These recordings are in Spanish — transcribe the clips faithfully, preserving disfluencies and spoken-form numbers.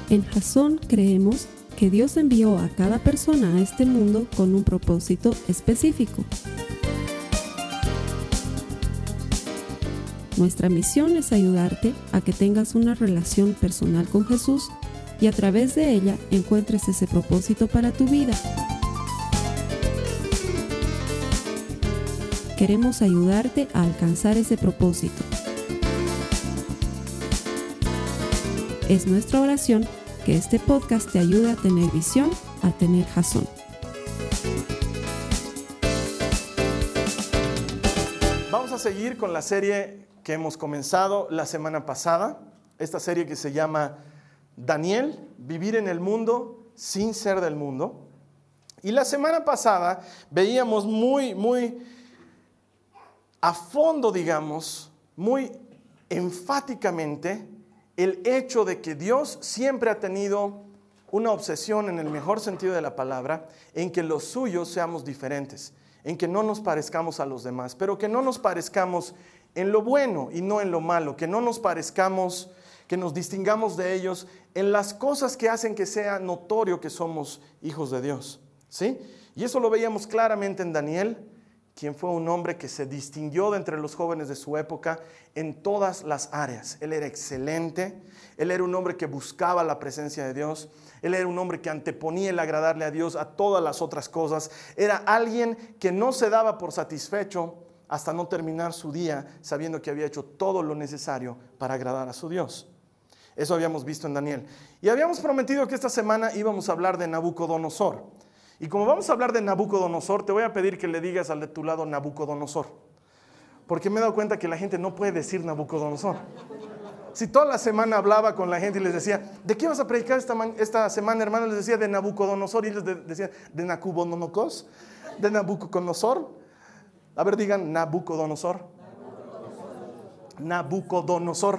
En Jasón creemos que Dios envió a cada persona a este mundo con un propósito específico. Nuestra misión es ayudarte a que tengas una relación personal con Jesús y a través de ella encuentres ese propósito para tu vida. Queremos ayudarte a alcanzar ese propósito. Es nuestra oración que este podcast te ayude a tener visión, a tener Jasón. Vamos a seguir con la serie que hemos comenzado la semana pasada, esta serie que se llama Daniel, vivir en el mundo sin ser del mundo. Y la semana pasada veíamos muy, muy a fondo, digamos, muy enfáticamente el hecho de que Dios siempre ha tenido una obsesión, en el mejor sentido de la palabra, en que los suyos seamos diferentes, en que no nos parezcamos a los demás, pero que no nos parezcamos en lo bueno y no en lo malo, que no nos parezcamos, que nos distingamos de ellos en las cosas que hacen que sea notorio que somos hijos de Dios, ¿sí? Y eso lo veíamos claramente en Daniel, quien fue un hombre que se distinguió de entre los jóvenes de su época en todas las áreas. Él era excelente, él era un hombre que buscaba la presencia de Dios, él era un hombre que anteponía el agradarle a Dios a todas las otras cosas, era alguien que no se daba por satisfecho hasta no terminar su día sabiendo que había hecho todo lo necesario para agradar a su Dios. Eso habíamos visto en Daniel. Y habíamos prometido que esta semana íbamos a hablar de Nabucodonosor. Y como vamos a hablar de Nabucodonosor, te voy a pedir que le digas al de tu lado Nabucodonosor. Porque me he dado cuenta que la gente no puede decir Nabucodonosor. Si toda la semana hablaba con la gente y les decía, ¿de qué vas a predicar esta, man- esta semana, hermano? Les decía de Nabucodonosor y ellos de- decían, ¿de Nacubonomocos? ¿De Nabucodonosor? A ver, digan Nabucodonosor. Nabucodonosor.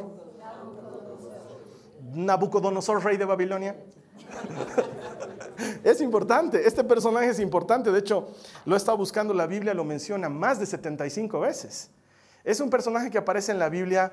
Nabucodonosor, rey de Babilonia. Es importante, este personaje es importante. De hecho, lo he estado buscando, la Biblia lo menciona más de setenta y cinco veces. Es un personaje que aparece en la Biblia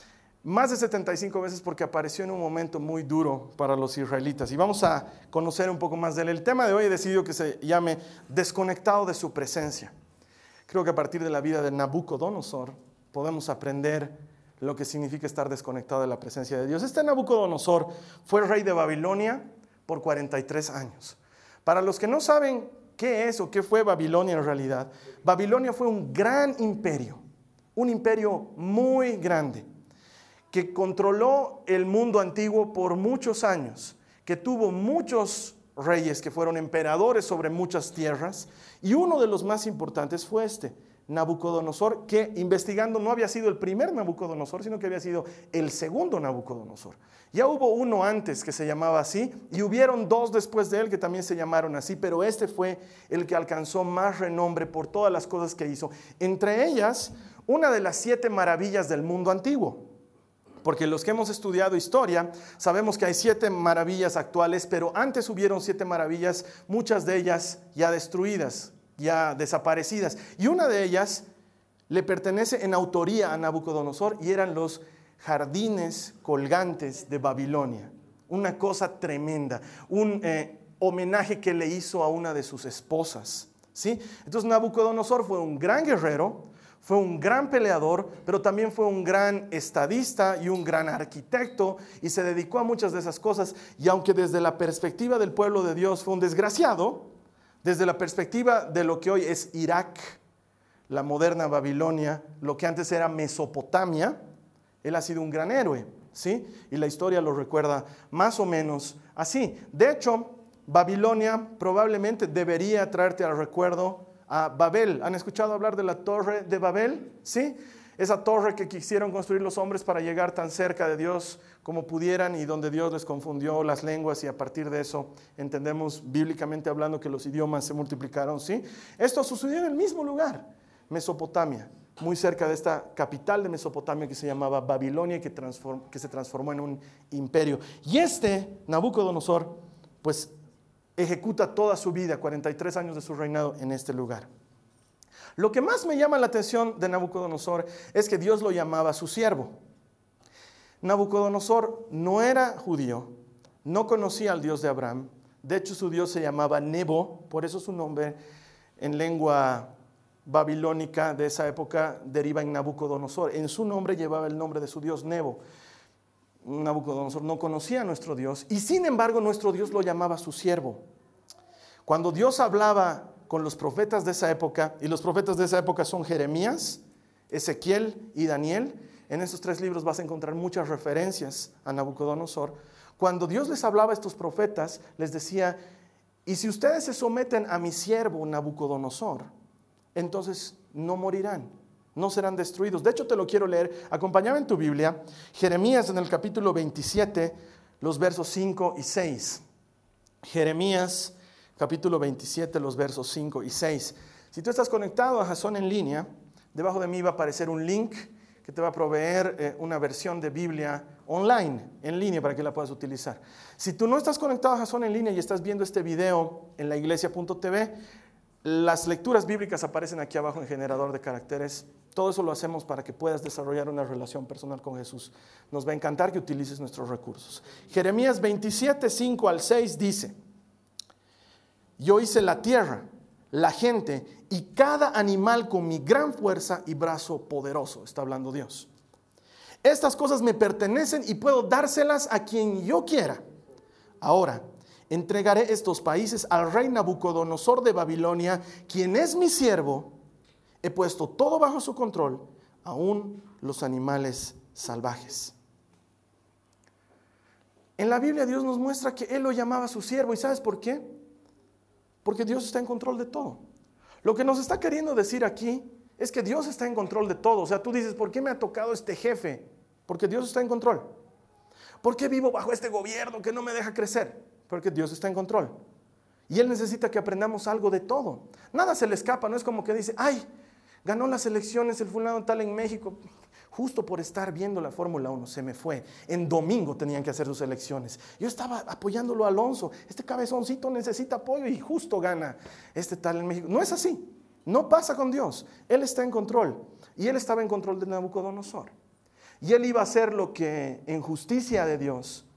más de setenta y cinco veces porque apareció en un momento muy duro para los israelitas. Y vamos a conocer un poco más de él. El tema de hoy he decidido que se llame Desconectado de su presencia. Creo que a partir de la vida de Nabucodonosor podemos aprender lo que significa estar desconectado de la presencia de Dios. Este Nabucodonosor fue rey de Babilonia por cuarenta y tres años. Para los que no saben qué es o qué fue Babilonia en realidad, Babilonia fue un gran imperio, un imperio muy grande, que controló el mundo antiguo por muchos años, que tuvo muchos reyes que fueron emperadores sobre muchas tierras, y uno de los más importantes fue este, Nabucodonosor, que investigando no había sido el primer Nabucodonosor, sino que había sido el segundo Nabucodonosor. Ya hubo uno antes que se llamaba así, y hubieron dos después de él que también se llamaron así, pero este fue el que alcanzó más renombre por todas las cosas que hizo. Entre ellas, una de las siete maravillas del mundo antiguo. Porque los que hemos estudiado historia, sabemos que hay siete maravillas actuales, pero antes hubieron siete maravillas, muchas de ellas ya destruidas, ya desaparecidas. Y una de ellas le pertenece en autoría a Nabucodonosor y eran los jardines colgantes de Babilonia. Una cosa tremenda, un eh, homenaje que le hizo a una de sus esposas, ¿sí? Entonces Nabucodonosor fue un gran guerrero, fue un gran peleador, pero también fue un gran estadista y un gran arquitecto y se dedicó a muchas de esas cosas. Y aunque desde la perspectiva del pueblo de Dios fue un desgraciado, desde la perspectiva de lo que hoy es Irak, la moderna Babilonia, lo que antes era Mesopotamia, él ha sido un gran héroe, ¿sí? Y la historia lo recuerda más o menos así. De hecho, Babilonia probablemente debería traerte al recuerdo a Babel. ¿Han escuchado hablar de la Torre de Babel? ¿Sí? Esa torre que quisieron construir los hombres para llegar tan cerca de Dios como pudieran y donde Dios les confundió las lenguas y a partir de eso entendemos bíblicamente hablando que los idiomas se multiplicaron, ¿sí? Esto sucedió en el mismo lugar, Mesopotamia, muy cerca de esta capital de Mesopotamia que se llamaba Babilonia, que, transform, que se transformó en un imperio. Y este Nabucodonosor, pues ejecuta toda su vida, cuarenta y tres años de su reinado en este lugar. Lo que más me llama la atención de Nabucodonosor es que Dios lo llamaba su siervo. Nabucodonosor no era judío, no conocía al Dios de Abraham. De hecho, su Dios se llamaba Nebo, por eso su nombre en lengua babilónica de esa época deriva en Nabucodonosor. En su nombre llevaba el nombre de su Dios, Nebo. Nabucodonosor no conocía a nuestro Dios y sin embargo nuestro Dios lo llamaba su siervo. Cuando Dios hablaba con los profetas de esa época, y los profetas de esa época son Jeremías, Ezequiel y Daniel, en esos tres libros vas a encontrar muchas referencias a Nabucodonosor. Cuando Dios les hablaba a estos profetas, les decía: y si ustedes se someten a mi siervo Nabucodonosor, entonces no morirán, no serán destruidos. De hecho, te lo quiero leer. Acompáñame en tu Biblia, Jeremías en el capítulo veintisiete, los versos cinco y seis. Jeremías, capítulo veintisiete, los versos cinco y seis. Si tú estás conectado a Jason en línea, debajo de mí va a aparecer un link que te va a proveer eh, una versión de Biblia online, en línea, para que la puedas utilizar. Si tú no estás conectado a Jason en línea y estás viendo este video en la iglesia punto t v, las lecturas bíblicas aparecen aquí abajo en generador de caracteres. Todo eso lo hacemos para que puedas desarrollar una relación personal con Jesús. Nos va a encantar que utilices nuestros recursos. Jeremías veintisiete, cinco al seis dice: yo hice la tierra, la gente y cada animal con mi gran fuerza y brazo poderoso. Está hablando Dios. Estas cosas me pertenecen y puedo dárselas a quien yo quiera. Ahora, entregaré estos países al rey Nabucodonosor de Babilonia, quien es mi siervo. He puesto todo bajo su control, aún los animales salvajes. En la Biblia Dios nos muestra que Él lo llamaba su siervo. ¿Y sabes por qué? Porque Dios está en control de todo. Lo que nos está queriendo decir aquí es que Dios está en control de todo. O sea, tú dices: ¿por qué me ha tocado este jefe? Porque Dios está en control. ¿Por qué vivo bajo este gobierno que no me deja crecer? Porque Dios está en control. Y Él necesita que aprendamos algo de todo. Nada se le escapa. No es como que dice: ay, ganó las elecciones el fulano tal en México. Justo por estar viendo la Fórmula uno se me fue. En domingo tenían que hacer sus elecciones. Yo estaba apoyándolo a Alonso. Este cabezoncito necesita apoyo y justo gana este tal en México. No es así. No pasa con Dios. Él está en control. Y Él estaba en control de Nabucodonosor. Y Él iba a hacer lo que en justicia de Dios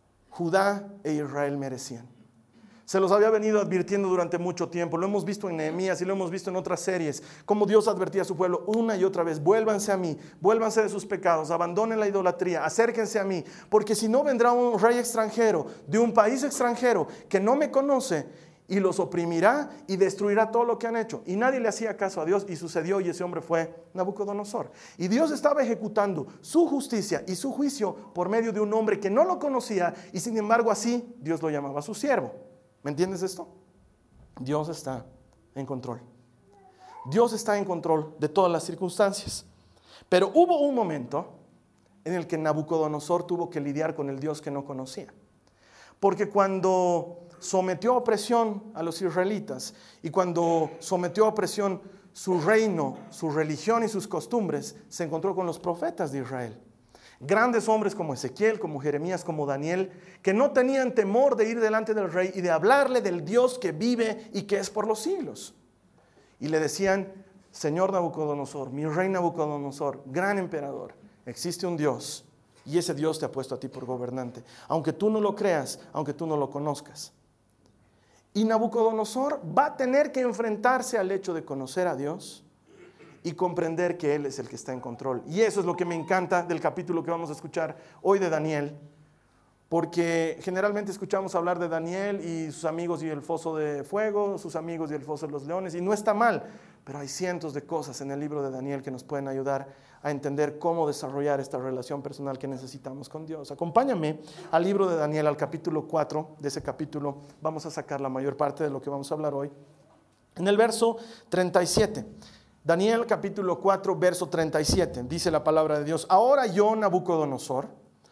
Judá e Israel merecían. Se los había venido advirtiendo durante mucho tiempo. Lo hemos visto en Nehemías y lo hemos visto en otras series. Cómo Dios advertía a su pueblo una y otra vez: vuélvanse a mí, vuélvanse de sus pecados, abandonen la idolatría, acérquense a mí. Porque si no, vendrá un rey extranjero, de un país extranjero, que no me conoce, y los oprimirá y destruirá todo lo que han hecho. Y nadie le hacía caso a Dios, y sucedió, y ese hombre fue Nabucodonosor. Y Dios estaba ejecutando su justicia y su juicio por medio de un hombre que no lo conocía, y sin embargo así Dios lo llamaba su siervo. ¿Me entiendes esto? Dios está en control. Dios está en control de todas las circunstancias. Pero hubo un momento en el que Nabucodonosor tuvo que lidiar con el Dios que no conocía. Porque cuando sometió a opresión a los israelitas y cuando sometió a opresión su reino, su religión y sus costumbres, se encontró con los profetas de Israel. Grandes hombres como Ezequiel, como Jeremías, como Daniel, que no tenían temor de ir delante del rey y de hablarle del Dios que vive y que es por los siglos. Y le decían: Señor Nabucodonosor, mi rey Nabucodonosor, gran emperador, existe un Dios y ese Dios te ha puesto a ti por gobernante, aunque tú no lo creas, aunque tú no lo conozcas. Y Nabucodonosor va a tener que enfrentarse al hecho de conocer a Dios y comprender que Él es el que está en control. Y eso es lo que me encanta del capítulo que vamos a escuchar hoy de Daniel, porque generalmente escuchamos hablar de Daniel y sus amigos y el foso de fuego, sus amigos y el foso de los leones, y no está mal, pero hay cientos de cosas en el libro de Daniel que nos pueden ayudar a entender cómo desarrollar esta relación personal que necesitamos con Dios. Acompáñame al libro de Daniel, al capítulo cuatro. De ese capítulo vamos a sacar la mayor parte de lo que vamos a hablar hoy. En el verso treinta y siete. Daniel capítulo cuatro, verso treinta y siete, dice la palabra de Dios: ahora yo, Nabucodonosor,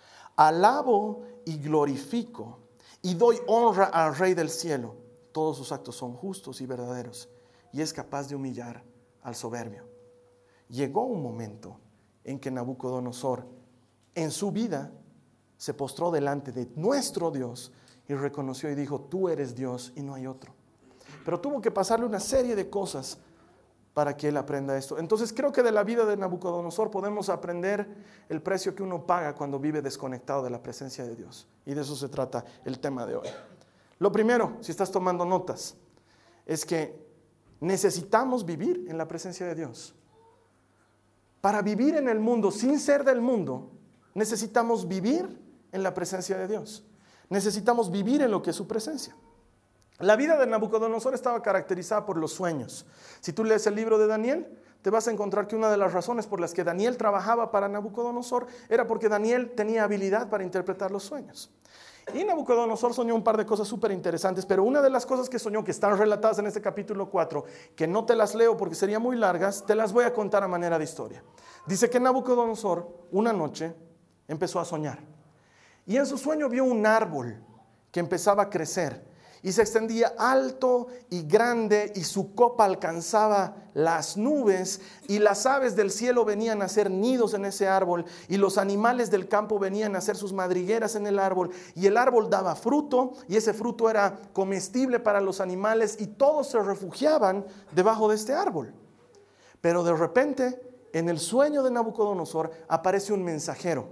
alabo y glorifico y doy honra al Rey del cielo. Todos sus actos son justos y verdaderos, y es capaz de humillar al soberbio. Llegó un momento en que Nabucodonosor, en su vida, se postró delante de nuestro Dios y reconoció y dijo: tú eres Dios y no hay otro. Pero tuvo que pasarle una serie de cosas para que él aprenda esto. Entonces creo que de la vida de Nabucodonosor podemos aprender el precio que uno paga cuando vive desconectado de la presencia de Dios. Y de eso se trata el tema de hoy. Lo primero, si estás tomando notas, es que necesitamos vivir en la presencia de Dios. Para vivir en el mundo sin ser del mundo, necesitamos vivir en la presencia de Dios. Necesitamos vivir en lo que es su presencia. La vida de Nabucodonosor estaba caracterizada por los sueños. Si tú lees el libro de Daniel, te vas a encontrar que una de las razones por las que Daniel trabajaba para Nabucodonosor era porque Daniel tenía habilidad para interpretar los sueños. Y Nabucodonosor soñó un par de cosas súper interesantes, pero una de las cosas que soñó, que están relatadas en este capítulo cuatro, que no te las leo porque serían muy largas, te las voy a contar a manera de historia. Dice que Nabucodonosor, una noche, empezó a soñar. Y en su sueño vio un árbol que empezaba a crecer y se extendía alto y grande, y su copa alcanzaba las nubes, y las aves del cielo venían a hacer nidos en ese árbol, y los animales del campo venían a hacer sus madrigueras en el árbol, y el árbol daba fruto, y ese fruto era comestible para los animales, y todos se refugiaban debajo de este árbol. Pero de repente, en el sueño de Nabucodonosor, aparece un mensajero,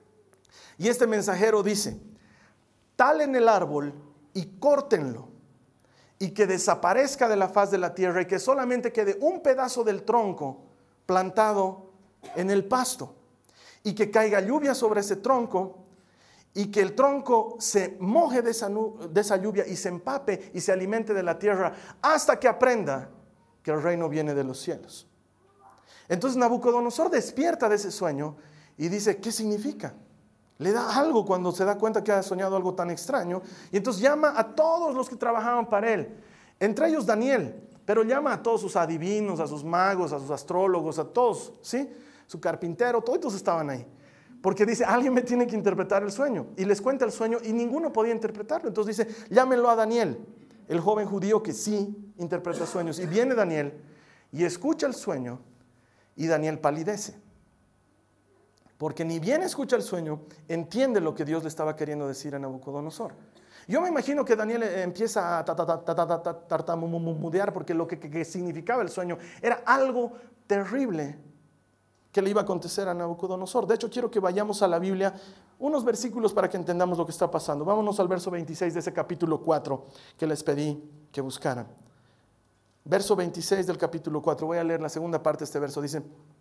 y este mensajero dice: talen el árbol y córtenlo, y que desaparezca de la faz de la tierra, y que solamente quede un pedazo del tronco plantado en el pasto, y que caiga lluvia sobre ese tronco, y que el tronco se moje de esa, de esa lluvia y se empape y se alimente de la tierra hasta que aprenda que el reino viene de los cielos. Entonces Nabucodonosor despierta de ese sueño y dice: ¿qué significa? Le da algo cuando se da cuenta que ha soñado algo tan extraño, y entonces llama a todos los que trabajaban para él, entre ellos Daniel, pero llama a todos sus adivinos, a sus magos, a sus astrólogos, a todos, ¿sí? Su carpintero, todos estaban ahí, porque dice: alguien me tiene que interpretar el sueño, y les cuenta el sueño y ninguno podía interpretarlo. Entonces dice: llámenlo a Daniel, el joven judío que sí interpreta sueños. Y viene Daniel y escucha el sueño, y Daniel palidece. Porque ni bien escucha el sueño, entiende lo que Dios le estaba queriendo decir a Nabucodonosor. Yo me imagino que Daniel empieza a tartamudear, porque lo que, que, que significaba el sueño era algo terrible que le iba a acontecer a Nabucodonosor. De hecho, quiero que vayamos a la Biblia unos versículos para que entendamos lo que está pasando. Vámonos al verso veintiséis de ese capítulo cuatro que les pedí que buscaran. Verso veintiséis del capítulo cuatro. Voy a leer la segunda parte de este verso. Dice: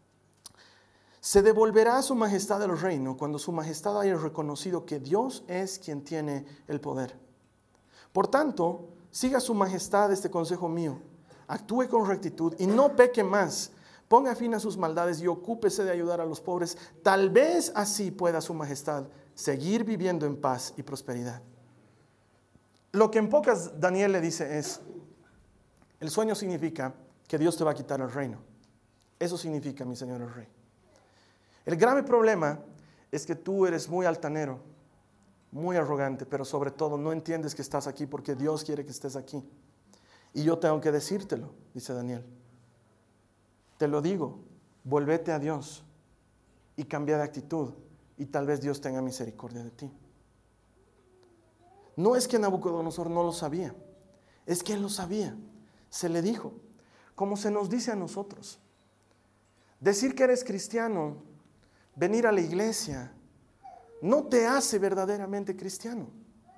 se devolverá a su majestad el reino cuando su majestad haya reconocido que Dios es quien tiene el poder. Por tanto, siga su majestad este consejo mío, actúe con rectitud y no peque más, ponga fin a sus maldades y ocúpese de ayudar a los pobres. Tal vez así pueda su majestad seguir viviendo en paz y prosperidad. Lo que en pocas Daniel le dice es: el sueño significa que Dios te va a quitar el reino. Eso significa, mi señor el rey. El grave problema es que tú eres muy altanero, muy arrogante, pero sobre todo no entiendes que estás aquí porque Dios quiere que estés aquí. Y yo tengo que decírtelo, dice Daniel. Te lo digo, vuélvete a Dios y cambia de actitud, y tal vez Dios tenga misericordia de ti. No es que Nabucodonosor no lo sabía, es que él lo sabía. Se le dijo, como se nos dice a nosotros. Decir que eres cristiano, venir a la iglesia, no te hace verdaderamente cristiano.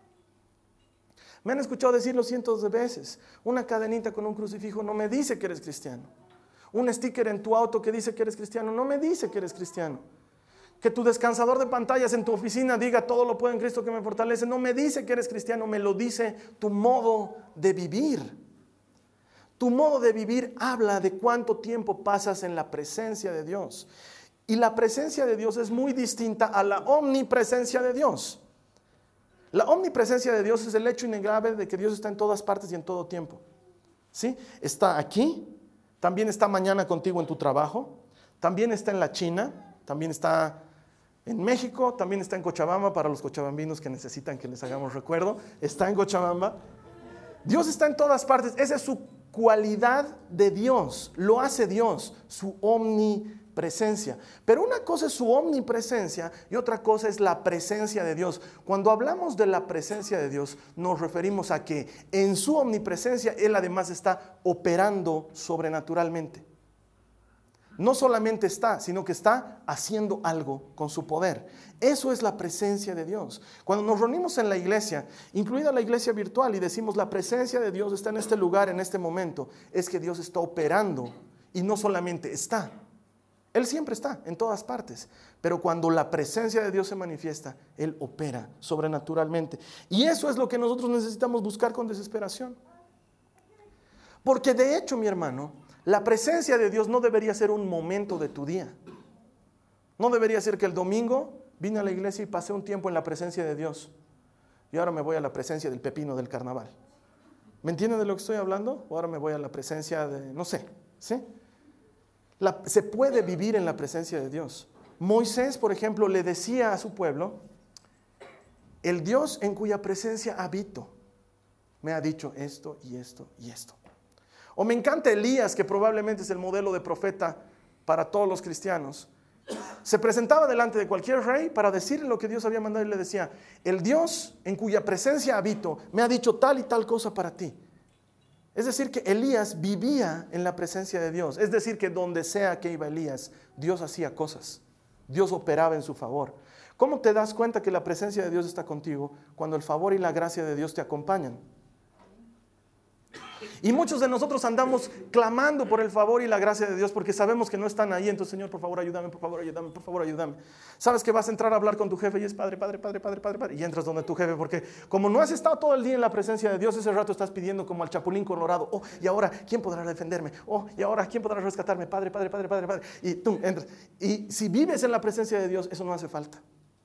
Me han escuchado decirlo cientos de veces: una cadenita con un crucifijo no me dice que eres cristiano. Un sticker en tu auto que dice que eres cristiano no me dice que eres cristiano. Que tu descansador de pantallas en tu oficina diga todo lo puedo en Cristo que me fortalece, no me dice que eres cristiano, me lo dice tu modo de vivir. Tu modo de vivir habla de cuánto tiempo pasas en la presencia de Dios. Y la presencia de Dios es muy distinta a la omnipresencia de Dios. La omnipresencia de Dios es el hecho innegable de que Dios está en todas partes y en todo tiempo. ¿Sí? Está aquí, también está mañana contigo en tu trabajo, también está en la China, también está en México, también está en Cochabamba para los cochabambinos que necesitan que les hagamos recuerdo. Está en Cochabamba. Dios está en todas partes. Esa es su cualidad de Dios. Lo hace Dios, su omnipresencia. Presencia. Pero una cosa es su omnipresencia y otra cosa es la presencia de Dios. Cuando hablamos de la presencia de Dios, nos referimos a que en su omnipresencia Él además está operando sobrenaturalmente. no solamente está, sino que está haciendo algo con su poder. Eso es la presencia de Dios. Cuando nos reunimos en la iglesia, incluida la iglesia virtual, y decimos la presencia de Dios está en este lugar, en este momento, es que Dios está operando y no solamente está. Él siempre está en todas partes, pero cuando la presencia de Dios se manifiesta, Él opera sobrenaturalmente. Y eso es lo que nosotros necesitamos buscar con desesperación. Porque de hecho, mi hermano, la presencia de Dios no debería ser un momento de tu día. No debería ser que el domingo vine a la iglesia y pasé un tiempo en la presencia de Dios y ahora me voy a la presencia del pepino del carnaval. ¿Me entienden de lo que estoy hablando? O ahora me voy a la presencia de, no sé, ¿sí? La, se puede vivir en la presencia de Dios. Moisés, por ejemplo, le decía a su pueblo, el Dios en cuya presencia habito, me ha dicho esto y esto y esto. O me encanta Elías, que probablemente es el modelo de profeta para todos los cristianos. Se presentaba delante de cualquier rey para decirle lo que Dios había mandado y le decía, el Dios en cuya presencia habito me ha dicho tal y tal cosa para ti. Es decir, que Elías vivía en la presencia de Dios. Es decir, que donde sea que iba Elías, Dios hacía cosas. Dios operaba en su favor. ¿Cómo te das cuenta que la presencia de Dios está contigo? Cuando el favor y la gracia de Dios te acompañan. Y muchos de nosotros andamos clamando por el favor y la gracia de Dios porque sabemos que no están ahí. Entonces, Señor, por favor, ayúdame, por favor, ayúdame, por favor, ayúdame. Sabes que vas a entrar a hablar con tu jefe y es padre, padre, padre, padre, padre, padre. Y entras donde tu jefe porque como no has estado todo el día en la presencia de Dios, ese rato estás pidiendo como al chapulín colorado. Oh, y ahora, ¿quién podrá defenderme? Oh, y ahora, ¿quién podrá rescatarme? Padre, padre, padre, padre, padre. Y tú entras. Y si vives en la presencia de Dios, eso no hace falta.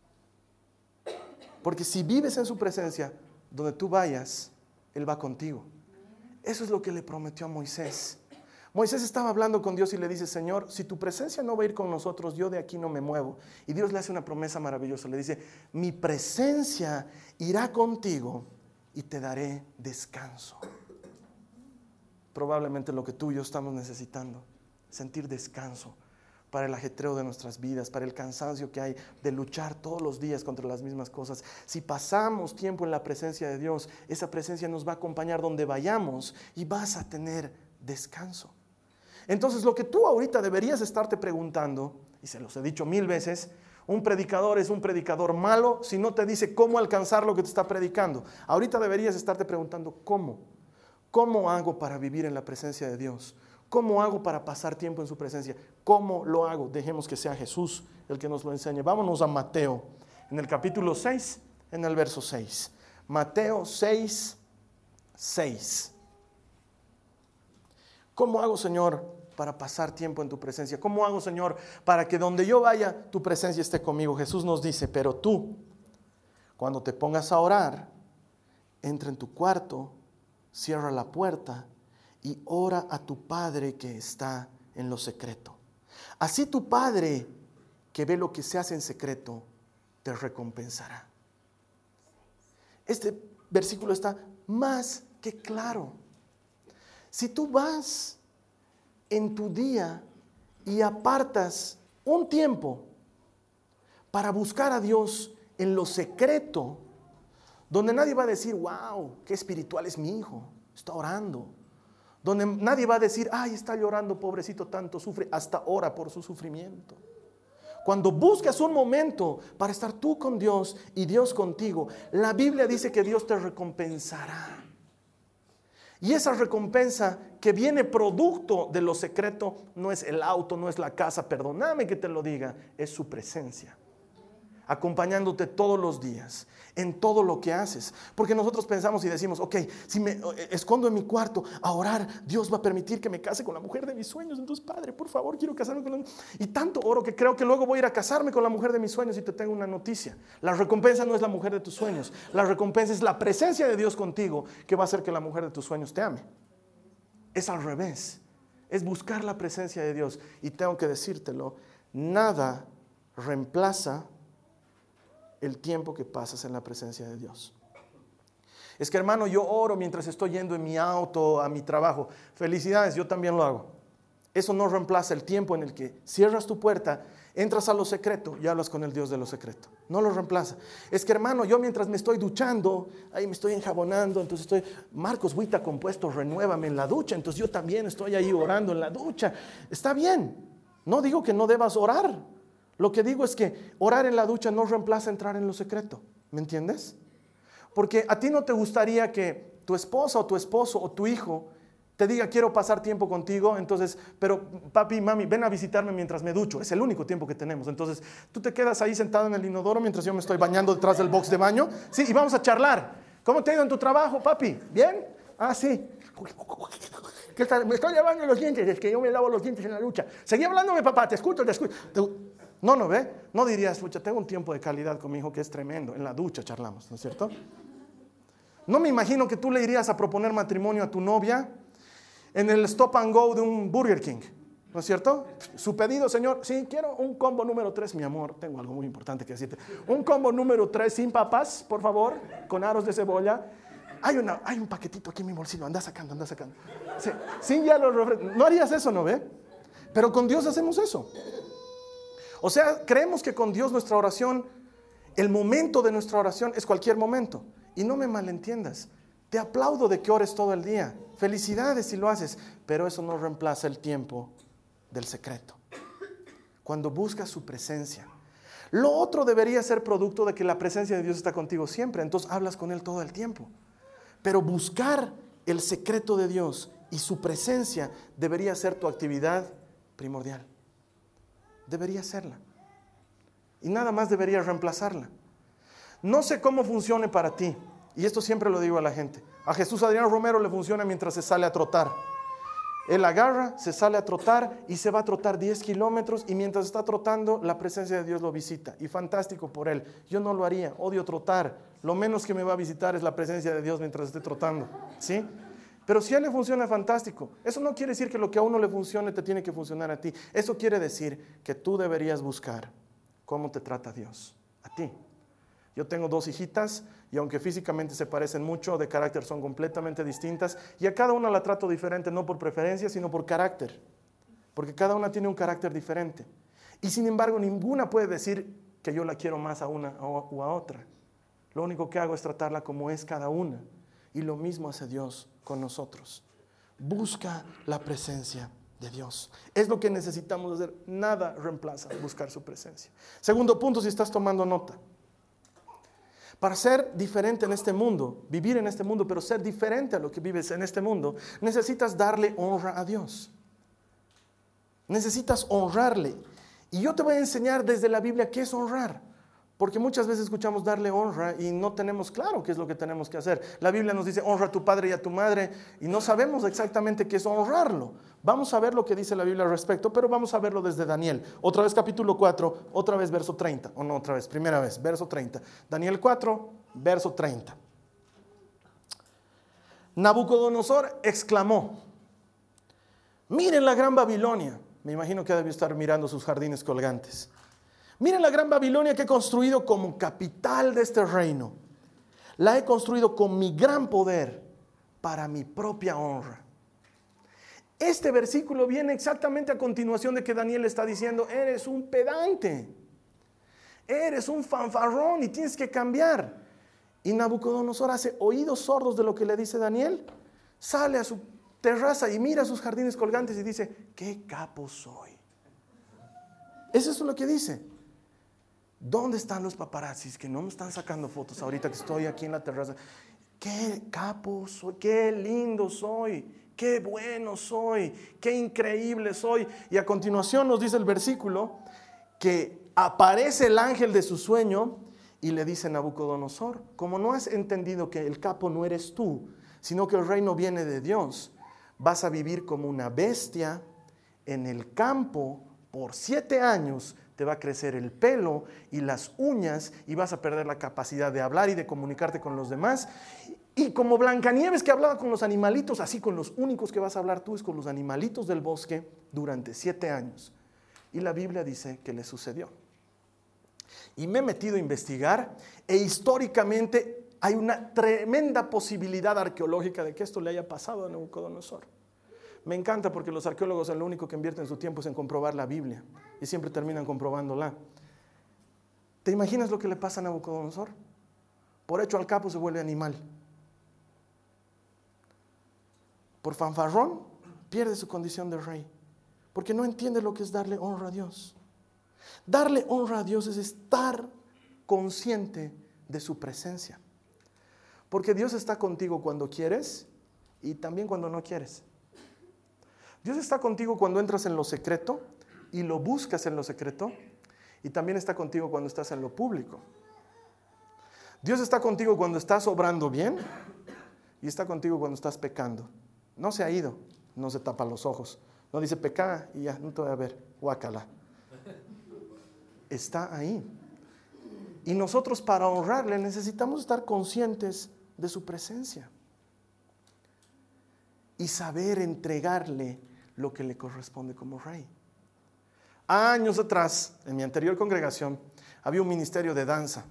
Porque si vives en su presencia, donde tú vayas, Él va contigo. Eso es lo que le prometió a Moisés. Moisés estaba hablando con Dios y le dice, Señor, si tu presencia no va a ir con nosotros, yo de aquí no me muevo. Y Dios le hace una promesa maravillosa. Le dice, mi presencia irá contigo y te daré descanso. Probablemente lo que tú y yo estamos necesitando, sentir descanso para el ajetreo de nuestras vidas, para el cansancio que hay de luchar todos los días contra las mismas cosas. Si pasamos tiempo en la presencia de Dios, esa presencia nos va a acompañar donde vayamos y vas a tener descanso. Entonces, lo que tú ahorita deberías estarte preguntando, y se los he dicho mil veces, un predicador es un predicador malo si no te dice cómo alcanzar lo que te está predicando. Ahorita deberías estarte preguntando cómo. ¿Cómo hago para vivir en la presencia de Dios? ¿Cómo hago para pasar tiempo en su presencia? ¿Cómo lo hago? Dejemos que sea Jesús el que nos lo enseñe. Vámonos a Mateo, en el capítulo seis, en el verso seis. Mateo seis, seis. ¿Cómo hago, Señor, para pasar tiempo en tu presencia? ¿Cómo hago, Señor, para que donde yo vaya, tu presencia esté conmigo? Jesús nos dice, pero tú, cuando te pongas a orar, entra en tu cuarto, cierra la puerta y ora a tu Padre que está en lo secreto. Así tu Padre que ve lo que se hace en secreto, te recompensará. Este versículo está más que claro. Si tú vas en tu día y apartas un tiempo para buscar a Dios en lo secreto, donde nadie va a decir, wow, qué espiritual es mi hijo, está orando. Donde nadie va a decir, ay, está llorando, pobrecito, tanto sufre, hasta ora por su sufrimiento. Cuando buscas un momento para estar tú con Dios y Dios contigo, la Biblia dice que Dios te recompensará. Y esa recompensa que viene producto de lo secreto no es el auto, no es la casa, perdóname que te lo diga, es su presencia. Acompañándote todos los días, en todo lo que haces. Porque nosotros pensamos y decimos, ok, si me escondo en mi cuarto a orar, Dios va a permitir que me case con la mujer de mis sueños. Entonces, Padre, por favor, quiero casarme con la... Y tanto oro que creo que luego voy a ir a casarme con la mujer de mis sueños. Y te tengo una noticia. La recompensa no es la mujer de tus sueños. La recompensa es la presencia de Dios contigo, que va a hacer que la mujer de tus sueños te ame. Es al revés. Es buscar la presencia de Dios. Y tengo que decírtelo, nada reemplaza el tiempo que pasas en la presencia de Dios. Es que, hermano, yo oro mientras estoy yendo en mi auto a mi trabajo. Felicidades, yo también lo hago. Eso no reemplaza el tiempo en el que cierras tu puerta, entras a lo secreto y hablas con el Dios de lo secreto. No lo reemplaza. Es que, hermano, yo mientras me estoy duchando, ahí me estoy enjabonando, entonces estoy, Marcos Huita compuesto, renuévame en la ducha, entonces yo también estoy ahí orando en la ducha. Está bien. No digo que no debas orar. Lo que digo es que orar en la ducha no reemplaza entrar en lo secreto. ¿Me entiendes? Porque a ti no te gustaría que tu esposa o tu esposo o tu hijo te diga, quiero pasar tiempo contigo, entonces, pero papi, mami, ven a visitarme mientras me ducho. Es el único tiempo que tenemos. Entonces, tú te quedas ahí sentado en el inodoro mientras yo me estoy bañando detrás del box de baño. Sí, y vamos a charlar. ¿Cómo te ha ido en tu trabajo, papi? ¿Bien? Ah, sí. ¿Qué tal? Me estoy lavando los dientes, es que yo me lavo los dientes en la ducha. Seguí hablándome, papá, te escucho, te escucho. Te... No, no, ¿ve? No dirías, pucha, tengo un tiempo de calidad con mi hijo que es tremendo. En la ducha charlamos, ¿no es cierto? No me imagino que tú le irías a proponer matrimonio a tu novia en el stop and go de un Burger King, ¿no es cierto? Su pedido, señor, sí, quiero un combo número tres, mi amor, tengo algo muy importante que decirte. Un combo número tres sin papas, por favor, con aros de cebolla. Hay, una, hay un paquetito aquí en mi bolsillo, anda sacando, anda sacando. Sí, sin ya lo refresco. No harías eso, ¿no ve? Pero con Dios hacemos eso. O sea, creemos que con Dios nuestra oración, el momento de nuestra oración es cualquier momento. Y no me malentiendas, te aplaudo de que ores todo el día. Felicidades si lo haces, pero eso no reemplaza el tiempo del secreto. Cuando buscas su presencia. Lo otro debería ser producto de que la presencia de Dios está contigo siempre, entonces hablas con Él todo el tiempo. Pero buscar el secreto de Dios y su presencia debería ser tu actividad primordial. Debería serla. Y nada más debería reemplazarla. No sé cómo funcione para ti, y esto siempre lo digo a la gente. A Jesús Adrián Romero le funciona mientras se sale a trotar. Él agarra, se sale a trotar y se va a trotar diez kilómetros y mientras está trotando la presencia de Dios lo visita. Y fantástico por él. Yo no lo haría, odio trotar. Lo menos que me va a visitar es la presencia de Dios mientras esté trotando. ¿Sí? Pero si a él le funciona, fantástico. Eso no quiere decir que lo que a uno le funcione te tiene que funcionar a ti. Eso quiere decir que tú deberías buscar cómo te trata Dios a ti. Yo tengo dos hijitas y aunque físicamente se parecen mucho, de carácter son completamente distintas y a cada una la trato diferente, no por preferencia, sino por carácter, porque cada una tiene un carácter diferente. Y sin embargo, ninguna puede decir que yo la quiero más a una o a otra. Lo único que hago es tratarla como es cada una y lo mismo hace Dios con nosotros. Busca la presencia de Dios. Es lo que necesitamos hacer. Nada reemplaza buscar su presencia. Segundo punto, si estás tomando nota. Para ser diferente en este mundo, vivir en este mundo, pero ser diferente a lo que vives en este mundo, necesitas darle honra a Dios. Necesitas honrarle. Y yo te voy a enseñar desde la Biblia qué es honrar. Porque muchas veces escuchamos darle honra y no tenemos claro qué es lo que tenemos que hacer. La Biblia nos dice honra a tu padre y a tu madre y no sabemos exactamente qué es honrarlo. Vamos a ver lo que dice la Biblia al respecto, pero vamos a verlo desde Daniel. Otra vez capítulo cuatro, otra vez verso treinta. O no, otra vez, primera vez, verso treinta. Daniel cuatro, verso treinta. Nabucodonosor exclamó, miren la gran Babilonia. Me imagino que debe estar mirando sus jardines colgantes. Miren la gran Babilonia que he construido como capital de este reino. La he construido con mi gran poder para mi propia honra. Este versículo viene exactamente a continuación de que Daniel está diciendo, eres un pedante, eres un fanfarrón y tienes que cambiar. Y Nabucodonosor hace oídos sordos de lo que le dice Daniel, sale a su terraza y mira sus jardines colgantes y dice, qué capo soy. Eso es lo que dice. ¿Dónde están los paparazzis que no me están sacando fotos ahorita que estoy aquí en la terraza? Qué capo soy, qué lindo soy, qué bueno soy, qué increíble soy. Y a continuación nos dice el versículo que aparece el ángel de su sueño y le dice a Nabucodonosor, como no has entendido que el capo no eres tú, sino que el reino viene de Dios, vas a vivir como una bestia en el campo por siete años. Te va a crecer el pelo y las uñas y vas a perder la capacidad de hablar y de comunicarte con los demás. Y como Blancanieves que hablaba con los animalitos, así con los únicos que vas a hablar tú es con los animalitos del bosque durante siete años. Y la Biblia dice que le sucedió. Y me he metido a investigar e históricamente hay una tremenda posibilidad arqueológica de que esto le haya pasado a Nabucodonosor. Me encanta porque los arqueólogos en lo único que invierten su tiempo es en comprobar la Biblia y siempre terminan comprobándola. ¿Te imaginas lo que le pasa a Nabucodonosor? Por hecho al capo se vuelve animal. Por fanfarrón pierde su condición de rey. porque no entiende lo que es darle honra a Dios. Darle honra a Dios es estar consciente de su presencia. Porque Dios está contigo cuando quieres y también cuando no quieres. Dios está contigo cuando entras en lo secreto y lo buscas en lo secreto, y también está contigo cuando estás en lo público. Dios está contigo cuando estás obrando bien y está contigo cuando estás pecando. No se ha ido, no se tapa los ojos, no dice pecá y ya, no te voy a ver, guácala. Está ahí. Y nosotros para honrarle necesitamos estar conscientes de su presencia y saber entregarle lo que le corresponde como rey. Años atrás, en mi anterior congregación, había un ministerio de danza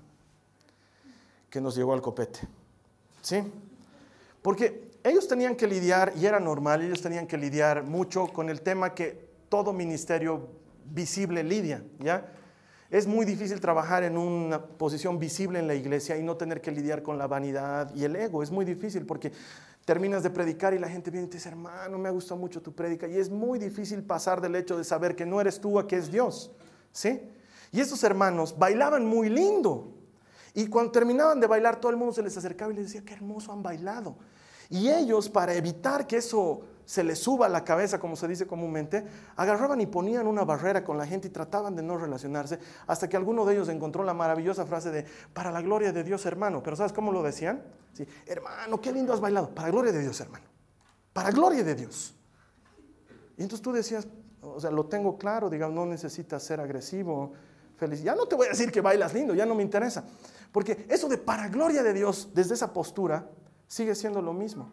que nos llegó al copete. ¿Sí? Porque ellos tenían que lidiar, y era normal, ellos tenían que lidiar mucho con el tema que todo ministerio visible lidia, ¿ya? Es muy difícil trabajar en una posición visible en la iglesia y no tener que lidiar con la vanidad y el ego. Es muy difícil porque terminas de predicar y la gente viene y te dice, hermano, me ha gustado mucho tu prédica. Y es muy difícil pasar del hecho de saber que no eres tú, a que es Dios. ¿Sí? Y estos hermanos bailaban muy lindo. Y cuando terminaban de bailar, todo el mundo se les acercaba y les decía, qué hermoso han bailado. Y ellos, para evitar que eso se les suba a la cabeza, como se dice comúnmente, agarraban y ponían una barrera con la gente y trataban de no relacionarse, hasta que alguno de ellos encontró la maravillosa frase de, para la gloria de Dios, hermano. Pero ¿sabes cómo lo decían? Sí, hermano, qué lindo has bailado. Para la gloria de Dios, hermano. Para la gloria de Dios. Y entonces tú decías, o sea, lo tengo claro, digamos, no necesitas ser agresivo, feliz. Ya no te voy a decir que bailas lindo, ya no me interesa. Porque eso de para gloria de Dios, desde esa postura, sigue siendo lo mismo.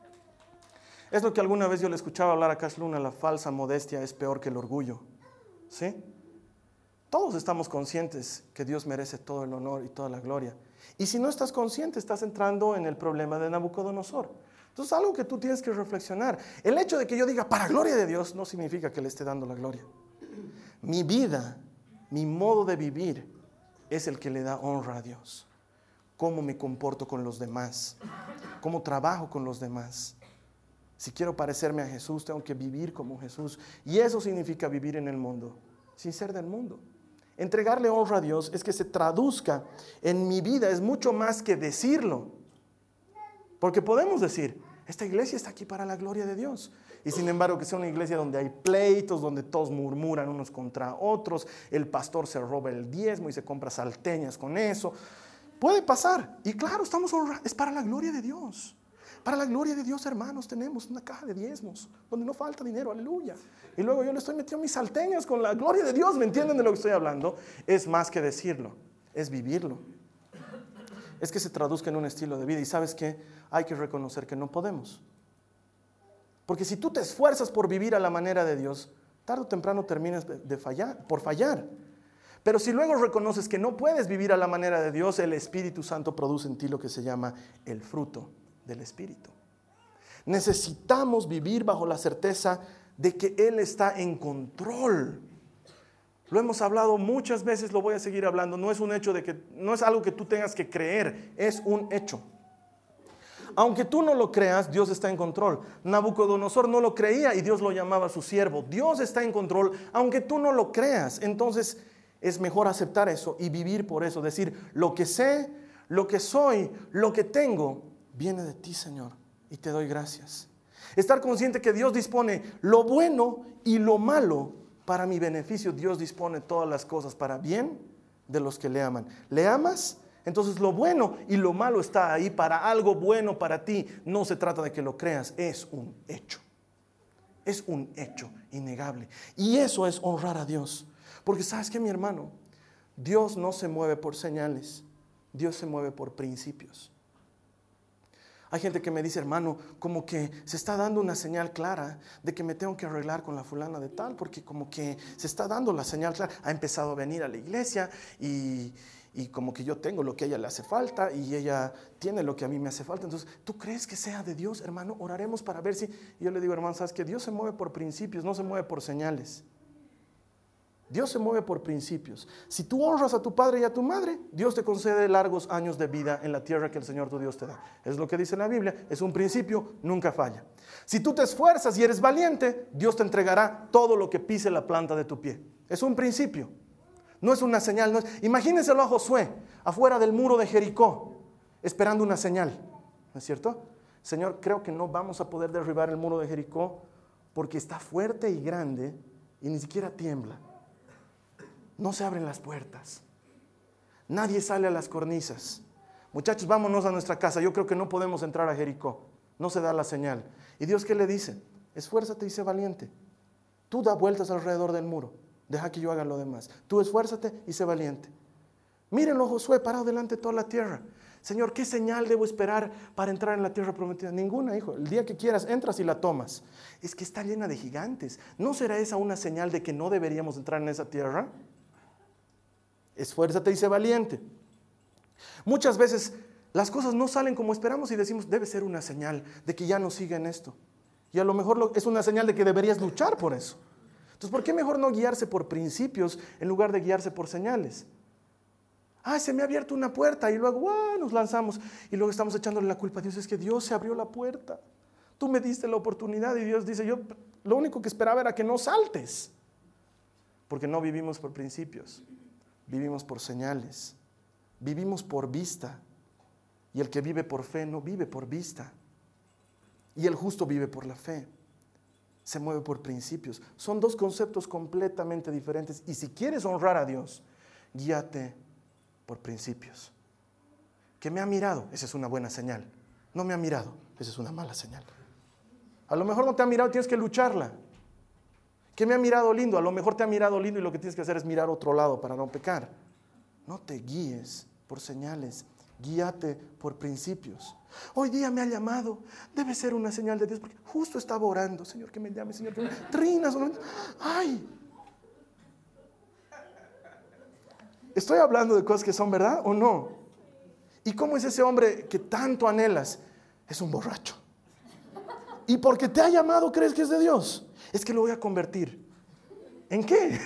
Es lo que alguna vez yo le escuchaba hablar a Cash Luna, la falsa modestia es peor que el orgullo. ¿Sí? Todos estamos conscientes que Dios merece todo el honor y toda la gloria. Y si no estás consciente, estás entrando en el problema de Nabucodonosor. Entonces, algo que tú tienes que reflexionar. El hecho de que yo diga para gloria de Dios no significa que le esté dando la gloria. Mi vida, mi modo de vivir es el que le da honra a Dios. Cómo me comporto con los demás, cómo trabajo con los demás. Si quiero parecerme a Jesús, tengo que vivir como Jesús. Y eso significa vivir en el mundo, sin ser del mundo. Entregarle honra a Dios es que se traduzca en mi vida, es mucho más que decirlo. Porque podemos decir, esta iglesia está aquí para la gloria de Dios. Y sin embargo, que sea una iglesia donde hay pleitos, donde todos murmuran unos contra otros, el pastor se roba el diezmo y se compra salteñas con eso. Puede pasar. Y claro, estamos honrando, es para la gloria de Dios. Para la gloria de Dios, hermanos, tenemos una caja de diezmos donde no falta dinero, aleluya. Y luego yo le estoy metiendo mis salteñas con la gloria de Dios, ¿me entienden de lo que estoy hablando? Es más que decirlo, es vivirlo. Es que se traduzca en un estilo de vida. Y ¿sabes qué? Hay que reconocer que no podemos. Porque si tú te esfuerzas por vivir a la manera de Dios, tarde o temprano terminas de fallar, por fallar. Pero si luego reconoces que no puedes vivir a la manera de Dios, el Espíritu Santo produce en ti lo que se llama el fruto del Espíritu. Necesitamos vivir bajo la certeza de que Él está en control. Lo hemos hablado muchas veces, lo voy a seguir hablando. No es un hecho de que, no es algo que tú tengas que creer, es un hecho. Aunque tú no lo creas, Dios está en control. Nabucodonosor no lo creía y Dios lo llamaba su siervo. Dios está en control, aunque tú no lo creas. Entonces es mejor aceptar eso y vivir por eso. Decir, lo que sé, lo que soy, lo que tengo, viene de ti, Señor, y te doy gracias. Estar consciente que Dios dispone lo bueno y lo malo para mi beneficio. Dios dispone todas las cosas para bien de los que le aman. ¿Le amas? Entonces lo bueno y lo malo está ahí para algo bueno para ti. No se trata de que lo creas, es un hecho. Es un hecho innegable. Y eso es honrar a Dios. Porque ¿sabes qué, mi hermano? Dios no se mueve por señales. Dios se mueve por principios. Hay gente que me dice, hermano, como que se está dando una señal clara de que me tengo que arreglar con la fulana de tal, porque como que se está dando la señal clara. Ha empezado a venir a la iglesia y, y como que yo tengo lo que a ella le hace falta y ella tiene lo que a mí me hace falta. Entonces, ¿tú crees que sea de Dios, hermano? Oraremos para ver si... Y yo le digo, hermano, ¿sabes qué? Dios se mueve por principios, no se mueve por señales. Dios se mueve por principios. Si tú honras a tu padre y a tu madre, Dios te concede largos años de vida en la tierra que el Señor tu Dios te da. Es lo que dice la Biblia, es un principio, nunca falla. Si tú te esfuerzas y eres valiente, Dios te entregará todo lo que pise la planta de tu pie. Es un principio, no es una señal. No es... Imagínenselo a Josué, afuera del muro de Jericó, esperando una señal, ¿no es cierto? Señor, creo que no vamos a poder derribar el muro de Jericó porque está fuerte y grande y ni siquiera tiembla. No se abren las puertas. Nadie sale a las cornisas. Muchachos, vámonos a nuestra casa. Yo creo que no podemos entrar a Jericó. No se da la señal. ¿Y Dios qué le dice? Esfuérzate y sé valiente. Tú da vueltas alrededor del muro. Deja que yo haga lo demás. Tú esfuérzate y sé valiente. Mírenlo, Josué, parado delante de toda la tierra. Señor, ¿qué señal debo esperar para entrar en la tierra prometida? Ninguna, hijo. El día que quieras entras y la tomas. Es que está llena de gigantes. ¿No será esa una señal de que no deberíamos entrar en esa tierra? Esfuérzate y sé valiente. Muchas veces las cosas no salen como esperamos y decimos, debe ser una señal de que ya no siga en esto. Y a lo mejor es una señal de que deberías luchar por eso. Entonces, ¿por qué mejor no guiarse por principios en lugar de guiarse por señales? Ah, se me ha abierto una puerta y luego ¡guau! Nos lanzamos y luego estamos echándole la culpa a Dios. Es que Dios se abrió la puerta. Tú me diste la oportunidad y Dios dice, yo lo único que esperaba era que no saltes. Porque no vivimos por principios. Vivimos por señales, vivimos por vista, y el que vive por fe no vive por vista, y el justo vive por la fe, se mueve por principios. Son dos conceptos completamente diferentes, y si quieres honrar a Dios, guíate por principios. Que me ha mirado, esa es una buena señal. No me ha mirado, esa es una mala señal. A lo mejor no te ha mirado, tienes que lucharla. Que me ha mirado lindo, a lo mejor te ha mirado lindo y lo que tienes que hacer es mirar otro lado para no pecar. No te guíes por señales, guíate por principios. Hoy día me ha llamado, debe ser una señal de Dios, porque justo estaba orando, Señor que me llame, Señor que me llame. Trinas, ay. Estoy hablando de cosas que son verdad o no. ¿Y cómo es ese hombre que tanto anhelas? Es un borracho. Y porque te ha llamado, ¿crees que es de Dios? Es que lo voy a convertir. ¿En qué?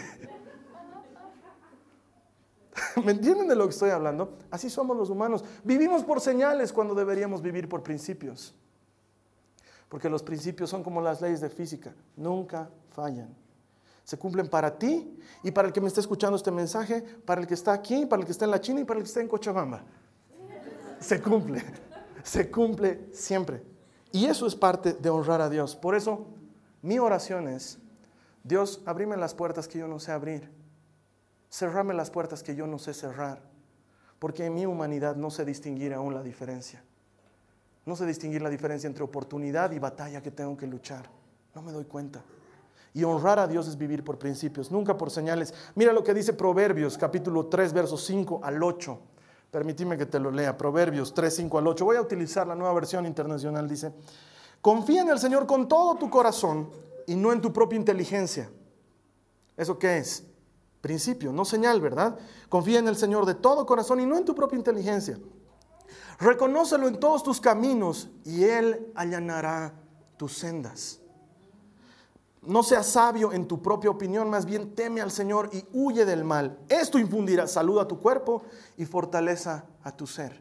¿Me entienden de lo que estoy hablando? Así somos los humanos. Vivimos por señales cuando deberíamos vivir por principios. Porque los principios son como las leyes de física. Nunca fallan. Se cumplen para ti y para el que me está escuchando este mensaje, para el que está aquí, para el que está en la China y para el que está en Cochabamba. Se cumple. Se cumple siempre. Y eso es parte de honrar a Dios. Por eso, mi oración es, Dios, abrime las puertas que yo no sé abrir. Cerrame las puertas que yo no sé cerrar. Porque en mi humanidad no sé distinguir aún la diferencia. No sé distinguir la diferencia entre oportunidad y batalla que tengo que luchar. No me doy cuenta. Y honrar a Dios es vivir por principios, nunca por señales. Mira lo que dice Proverbios, capítulo tres, versos cinco al ocho. Permíteme que te lo lea. Proverbios tres, cinco al ocho. Voy a utilizar la nueva versión internacional. Dice, confía en el Señor con todo tu corazón y no en tu propia inteligencia. ¿Eso qué es? Principio, no señal, ¿verdad? Confía en el Señor de todo corazón y no en tu propia inteligencia. Reconócelo en todos tus caminos y Él allanará tus sendas. No seas sabio en tu propia opinión, más bien teme al Señor y huye del mal. Esto infundirá salud a tu cuerpo y fortaleza a tu ser.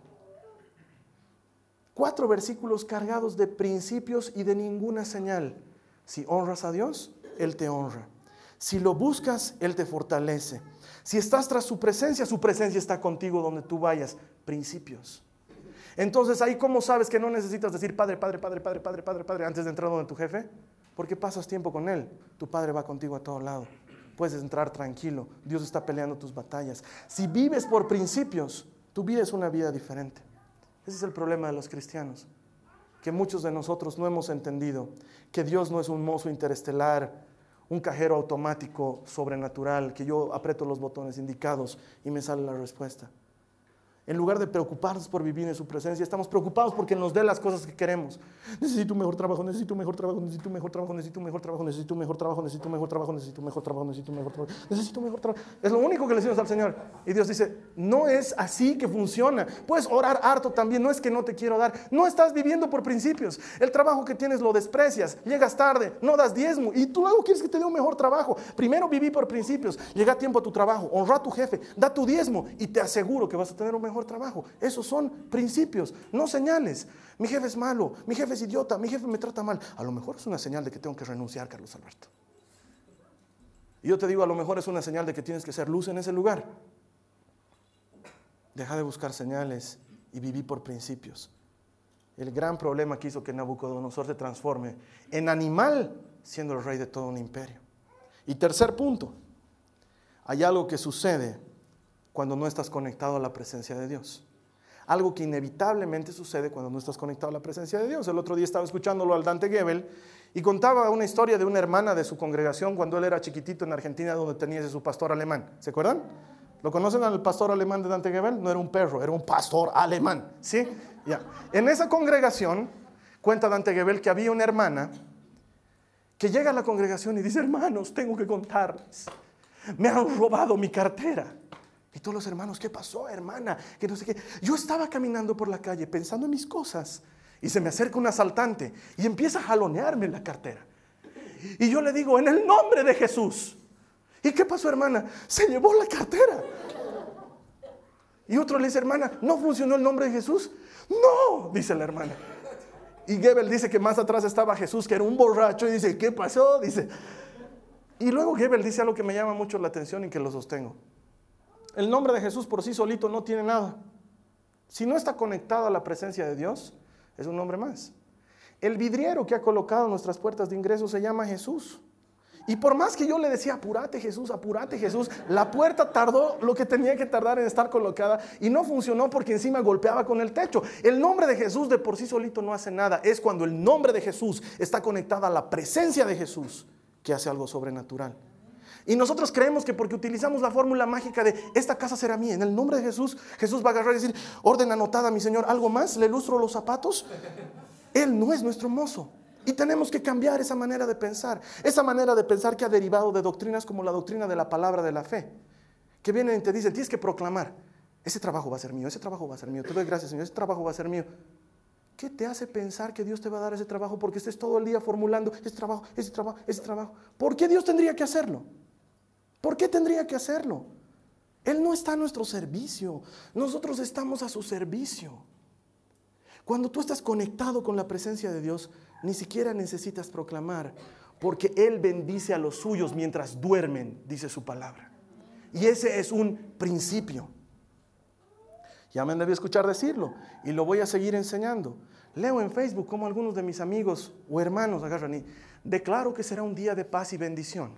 Cuatro versículos cargados de principios y de ninguna señal. Si honras a Dios, Él te honra. Si lo buscas, Él te fortalece. Si estás tras su presencia, su presencia está contigo donde tú vayas. Principios. Entonces, ahí cómo sabes que no necesitas decir Padre, Padre, Padre, Padre, Padre, Padre, Padre, antes de entrar donde tu jefe. Porque pasas tiempo con Él. Tu Padre va contigo a todo lado. Puedes entrar tranquilo. Dios está peleando tus batallas. Si vives por principios, tu vida es una vida diferente. Ese es el problema de los cristianos. Que muchos de nosotros no hemos entendido que Dios no es un mozo interestelar, un cajero automático sobrenatural, que yo aprieto los botones indicados y me sale la respuesta. En lugar de preocuparnos por vivir en su presencia, estamos preocupados porque nos dé las cosas que queremos. Necesito un mejor trabajo, necesito un mejor trabajo, necesito un mejor trabajo, necesito un mejor trabajo, necesito un mejor trabajo, necesito un mejor trabajo, necesito un mejor trabajo, necesito un mejor trabajo, necesito un mejor trabajo. Es lo único que le decimos al Señor. Y Dios dice, no es así que funciona. Puedes orar harto también, no es que no te quiero dar. No estás viviendo por principios. El trabajo que tienes lo desprecias, llegas tarde, no das diezmo y tú luego quieres que te dé un mejor trabajo. Primero viví por principios, llega a tiempo a tu trabajo, honra a tu jefe, da tu diezmo y te aseguro que vas a tener un mejor trabajo. Esos son principios, no señales. Mi jefe es malo, mi jefe es idiota, mi jefe me trata mal. A lo mejor es una señal de que tengo que renunciar, Carlos Alberto. Y yo te digo, a lo mejor es una señal de que tienes que ser luz en ese lugar. Deja de buscar señales y viví por principios. El gran problema que hizo que Nabucodonosor se transforme en animal, siendo el rey de todo un imperio. Y tercer punto, hay algo que sucede cuando no estás conectado a la presencia de Dios. Algo que inevitablemente sucede cuando no estás conectado a la presencia de Dios. El otro día estaba escuchándolo al Dante Gebel y contaba una historia de una hermana de su congregación cuando él era chiquitito en Argentina, donde tenía ese su pastor alemán. ¿Se acuerdan? ¿Lo conocen al pastor alemán de Dante Gebel? No era un perro, era un pastor alemán. ¿Sí? Ya. En esa congregación, cuenta Dante Gebel que había una hermana que llega a la congregación y dice, hermanos, tengo que contarles, me han robado mi cartera. Y todos los hermanos, ¿qué pasó, hermana? Que no sé qué. Yo estaba caminando por la calle pensando en mis cosas y se me acerca un asaltante y empieza a jalonearme la cartera. Y yo le digo, en el nombre de Jesús. ¿Y qué pasó, hermana? Se llevó la cartera. Y otro le dice, hermana, ¿no funcionó el nombre de Jesús? No, dice la hermana. Y Gebel dice que más atrás estaba Jesús, que era un borracho, y dice, ¿qué pasó? Dice. Y luego Gebel dice algo que me llama mucho la atención y que lo sostengo. El nombre de Jesús por sí solito no tiene nada. Si no está conectado a la presencia de Dios, es un nombre más. El vidriero que ha colocado nuestras puertas de ingreso se llama Jesús. Y por más que yo le decía, apúrate Jesús, apúrate Jesús, la puerta tardó lo que tenía que tardar en estar colocada y no funcionó porque encima golpeaba con el techo. El nombre de Jesús de por sí solito no hace nada. Es cuando el nombre de Jesús está conectado a la presencia de Jesús que hace algo sobrenatural. Y nosotros creemos que porque utilizamos la fórmula mágica de esta casa será mía, en el nombre de Jesús, Jesús va a agarrar y decir, orden anotada, mi Señor, ¿algo más? ¿Le lustro los zapatos? Él no es nuestro mozo. Y tenemos que cambiar esa manera de pensar. Esa manera de pensar que ha derivado de doctrinas como la doctrina de la palabra de la fe. Que vienen y te dicen, tienes que proclamar, ese trabajo va a ser mío, ese trabajo va a ser mío, te doy gracias, Señor, ese trabajo va a ser mío. ¿Qué te hace pensar que Dios te va a dar ese trabajo porque estés todo el día formulando ese trabajo, ese trabajo, ese trabajo? ¿Por qué Dios tendría que hacerlo? ¿Por qué tendría que hacerlo? Él no está a nuestro servicio, nosotros estamos a su servicio. Cuando tú estás conectado con la presencia de Dios, ni siquiera necesitas proclamar, porque Él bendice a los suyos mientras duermen, dice su palabra. Y ese es un principio. Ya me debí escuchar decirlo y lo voy a seguir enseñando. Leo en Facebook como algunos de mis amigos o hermanos agarran y declaro que será un día de paz y bendición.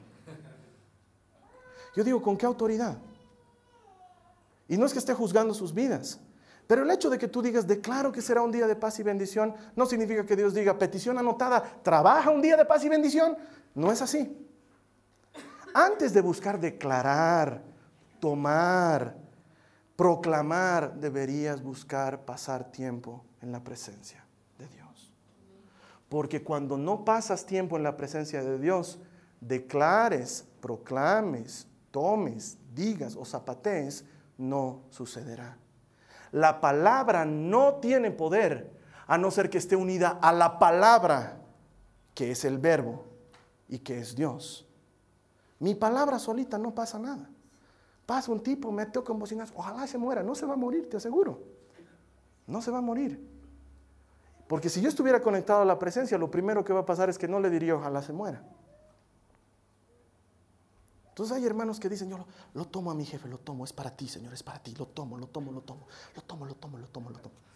Yo digo, ¿con qué autoridad? Y no es que esté juzgando sus vidas, pero el hecho de que tú digas, declaro que será un día de paz y bendición, no significa que Dios diga, petición anotada, trabaja un día de paz y bendición. No es así. Antes de buscar declarar, tomar, proclamar, deberías buscar pasar tiempo en la presencia de Dios. Porque cuando no pasas tiempo en la presencia de Dios, declares, proclames, tomes, digas o zapatees, no sucederá. La palabra no tiene poder a no ser que esté unida a la palabra que es el verbo y que es Dios. Mi palabra solita no pasa nada. Pasa un tipo, me toca con bocinas, ojalá se muera, no se va a morir, te aseguro. No se va a morir. Porque si yo estuviera conectado a la presencia, lo primero que va a pasar es que no le diría ojalá se muera. Entonces hay hermanos que dicen, yo lo, lo tomo a mi jefe, lo tomo, es para ti, Señor, es para ti, lo tomo, lo tomo, lo tomo, lo tomo, lo tomo, lo tomo, lo tomo.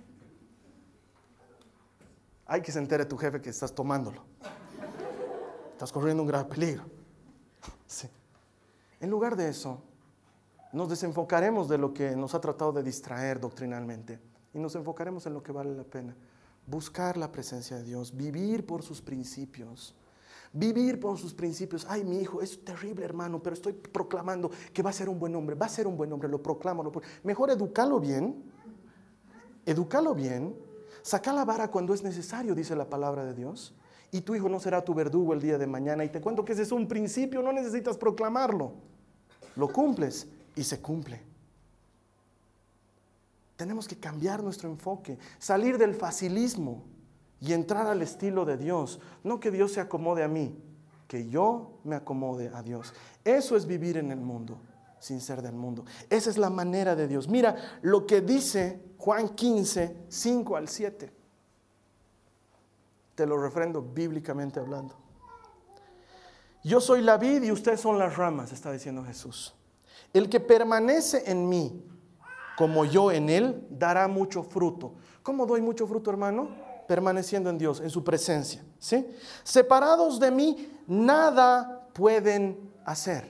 Hay que se entere tu jefe que estás tomándolo. Estás corriendo un grave peligro. Sí. En lugar de eso, nos desenfocaremos de lo que nos ha tratado de distraer doctrinalmente y nos enfocaremos en lo que vale la pena. Buscar la presencia de Dios, vivir por sus principios, Vivir por sus principios. Ay, mi hijo es terrible, hermano, pero estoy proclamando que va a ser un buen hombre. Va a ser un buen hombre, lo proclamo. Lo pro... Mejor educarlo bien. Educarlo bien. Saca la vara cuando es necesario, dice la palabra de Dios. Y tu hijo no será tu verdugo el día de mañana. Y te cuento que ese es un principio, no necesitas proclamarlo. Lo cumples y se cumple. Tenemos que cambiar nuestro enfoque, salir del facilismo y entrar al estilo de Dios. No que Dios se acomode a mí, que yo me acomode a Dios. Eso es vivir en el mundo, sin ser del mundo. Esa es la manera de Dios. Mira lo que dice Juan quince, cinco al siete. Te lo refrendo bíblicamente hablando. Yo soy la vid y ustedes son las ramas, está diciendo Jesús. El que permanece en mí, como yo en él, dará mucho fruto. ¿Cómo doy mucho fruto, hermano? Permaneciendo en Dios, en su presencia, ¿sí? Separados de mí, nada pueden hacer.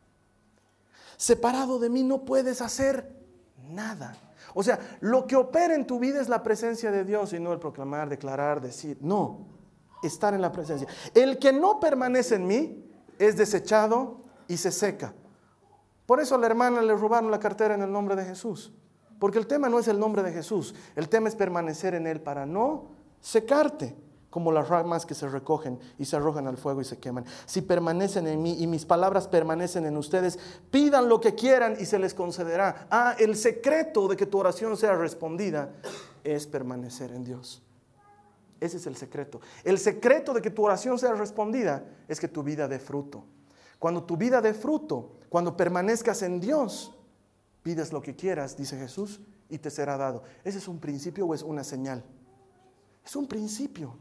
Separado de mí no puedes hacer nada. O sea, lo que opera en tu vida es la presencia de Dios y no el proclamar, declarar, decir. No, estar en la presencia. El que no permanece en mí es desechado y se seca. Por eso a la hermana le robaron la cartera en el nombre de Jesús. Porque el tema no es el nombre de Jesús. El tema es permanecer en él para no secarte, como las ramas que se recogen y se arrojan al fuego y se queman. Si permanecen en mí y mis palabras permanecen en ustedes, pidan lo que quieran y se les concederá. Ah, el secreto de que tu oración sea respondida es permanecer en Dios. Ese es el secreto. El secreto de que tu oración sea respondida es que tu vida dé fruto. Cuando tu vida dé fruto, cuando permanezcas en Dios, pides lo que quieras, dice Jesús, y te será dado. ¿Ese es un principio o es una señal? Es un principio.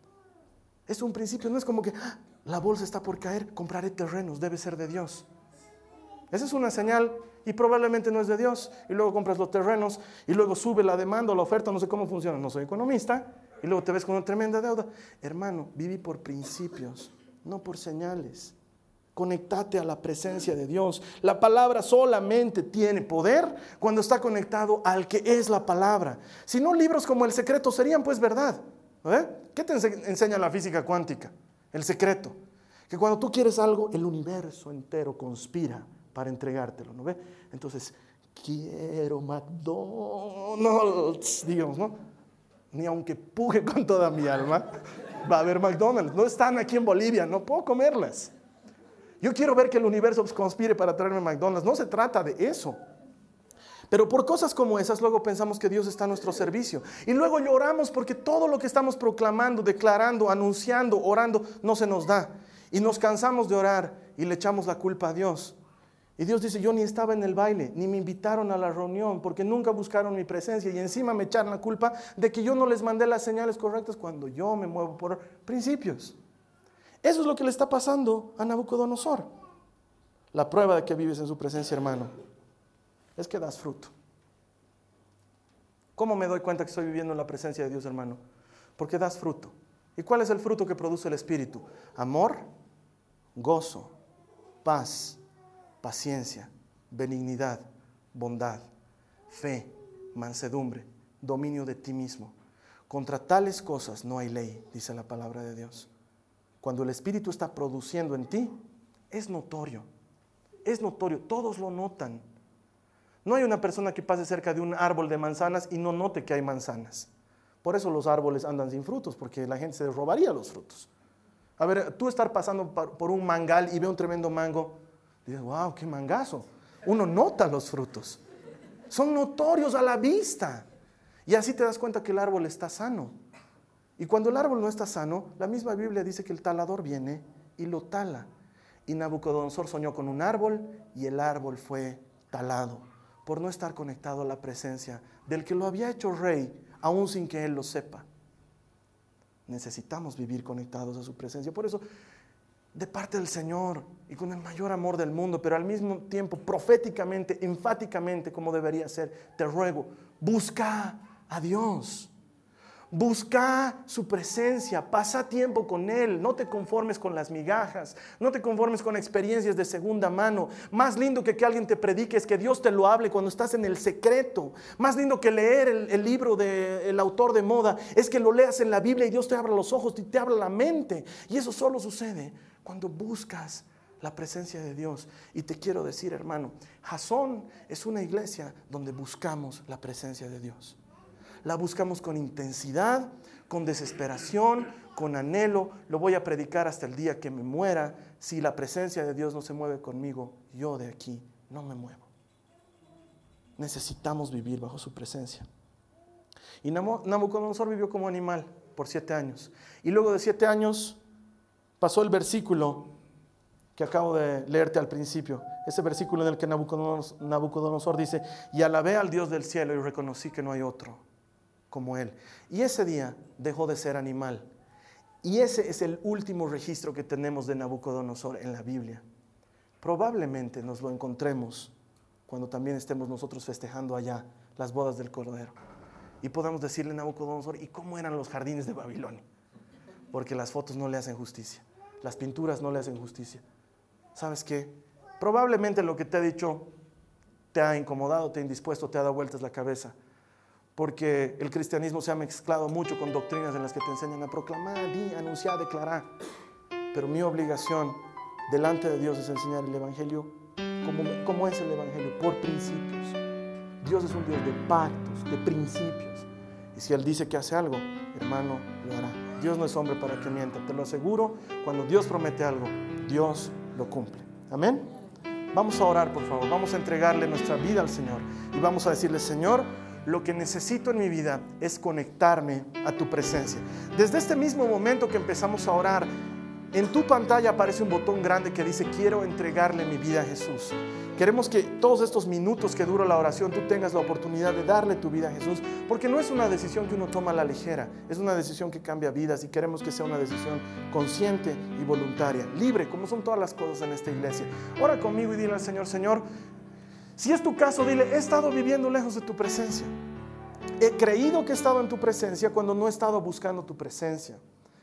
Es un principio, no es como que ¡ah! La bolsa está por caer, compraré terrenos, debe ser de Dios. Esa es una señal y probablemente no es de Dios. Y luego compras los terrenos y luego sube la demanda o la oferta, no sé cómo funciona, no soy economista, y luego te ves con una tremenda deuda. Hermano, viví por principios, no por señales. Conéctate a la presencia de Dios. La palabra solamente tiene poder cuando está conectado al que es la palabra. Si no, libros como El Secreto serían pues verdad. ¿Eh? ¿Qué te enseña la física cuántica? El secreto. Que cuando tú quieres algo, el universo entero conspira para entregártelo, ¿no ve? Entonces, quiero McDonald's, digamos, ¿no? Ni aunque puje con toda mi alma, va a haber McDonald's. No están aquí en Bolivia, no puedo comerlas. Yo quiero ver que el universo conspire para traerme McDonald's. No se trata de eso. Pero por cosas como esas, luego pensamos que Dios está a nuestro servicio. Y luego lloramos porque todo lo que estamos proclamando, declarando, anunciando, orando, no se nos da. Y nos cansamos de orar y le echamos la culpa a Dios. Y Dios dice, yo ni estaba en el baile, ni me invitaron a la reunión, porque nunca buscaron mi presencia. Y encima me echaron la culpa de que yo no les mandé las señales correctas cuando yo me muevo por principios. Eso es lo que le está pasando a Nabucodonosor. La prueba de que vives en su presencia, hermano, es que das fruto. ¿Cómo me doy cuenta que estoy viviendo en la presencia de Dios, hermano? Porque das fruto. ¿Y cuál es el fruto que produce el Espíritu? Amor, gozo, paz, paciencia, benignidad, bondad, fe, mansedumbre, dominio de ti mismo. Contra tales cosas no hay ley, dice la palabra de Dios. Cuando el Espíritu está produciendo en ti, es notorio. Es notorio, todos lo notan. No hay una persona que pase cerca de un árbol de manzanas y no note que hay manzanas. Por eso los árboles andan sin frutos, porque la gente se robaría los frutos. A ver, tú estar pasando por un mangal y ve un tremendo mango, dices, wow, qué mangazo. Uno nota los frutos. Son notorios a la vista. Y así te das cuenta que el árbol está sano. Y cuando el árbol no está sano, la misma Biblia dice que el talador viene y lo tala. Y Nabucodonosor soñó con un árbol y el árbol fue talado por no estar conectado a la presencia del que lo había hecho rey, aún sin que él lo sepa. Necesitamos vivir conectados a su presencia. Por eso, de parte del Señor y con el mayor amor del mundo, pero al mismo tiempo proféticamente, enfáticamente, como debería ser, te ruego, busca a Dios. Busca su presencia, pasa tiempo con Él, no te conformes con las migajas, no te conformes con experiencias de segunda mano. Más lindo que que alguien te predique es que Dios te lo hable cuando estás en el secreto. Más lindo que leer el, el libro del autor de moda es que lo leas en la Biblia y Dios te abra los ojos y te abra la mente. Y eso solo sucede cuando buscas la presencia de Dios. Y te quiero decir, hermano, Jasón es una iglesia donde buscamos la presencia de Dios. La buscamos con intensidad, con desesperación, con anhelo. Lo voy a predicar hasta el día que me muera. Si la presencia de Dios no se mueve conmigo, yo de aquí no me muevo. Necesitamos vivir bajo su presencia. Y Nabucodonosor vivió como animal por siete años. Y luego de siete años pasó el versículo que acabo de leerte al principio. Ese versículo en el que Nabucodonosor, Nabucodonosor dice: y alabé al Dios del cielo y reconocí que no hay otro como Él. Y ese día dejó de ser animal. Y ese es el último registro que tenemos de Nabucodonosor en la Biblia. Probablemente nos lo encontremos cuando también estemos nosotros festejando allá las bodas del Cordero. Y podamos decirle a Nabucodonosor: ¿y cómo eran los jardines de Babilonia? Porque las fotos no le hacen justicia. Las pinturas no le hacen justicia. ¿Sabes qué? Probablemente lo que te he dicho te ha incomodado, te ha indispuesto, te ha dado vueltas la cabeza. Porque el cristianismo se ha mezclado mucho con doctrinas en las que te enseñan a proclamar, di, anunciar, declarar. Pero mi obligación delante de Dios es enseñar el evangelio como, como es el evangelio, por principios. Dios es un Dios de pactos, de principios. Y si Él dice que hace algo, hermano, lo hará. Dios no es hombre para que mienta. Te lo aseguro, cuando Dios promete algo, Dios lo cumple. Amén. Vamos a orar, por favor. Vamos a entregarle nuestra vida al Señor. Y vamos a decirle: Señor, lo que necesito en mi vida es conectarme a tu presencia. Desde este mismo momento que empezamos a orar, en tu pantalla aparece un botón grande que dice: quiero entregarle mi vida a Jesús. Queremos que todos estos minutos que dura la oración tú tengas la oportunidad de darle tu vida a Jesús, porque no es una decisión que uno toma a la ligera, es una decisión que cambia vidas, y queremos que sea una decisión consciente y voluntaria, libre, como son todas las cosas en esta iglesia. Ora conmigo y dile al Señor: Señor, si es tu caso, dile: he estado viviendo lejos de tu presencia. He creído que he estado en tu presencia cuando no he estado buscando tu presencia.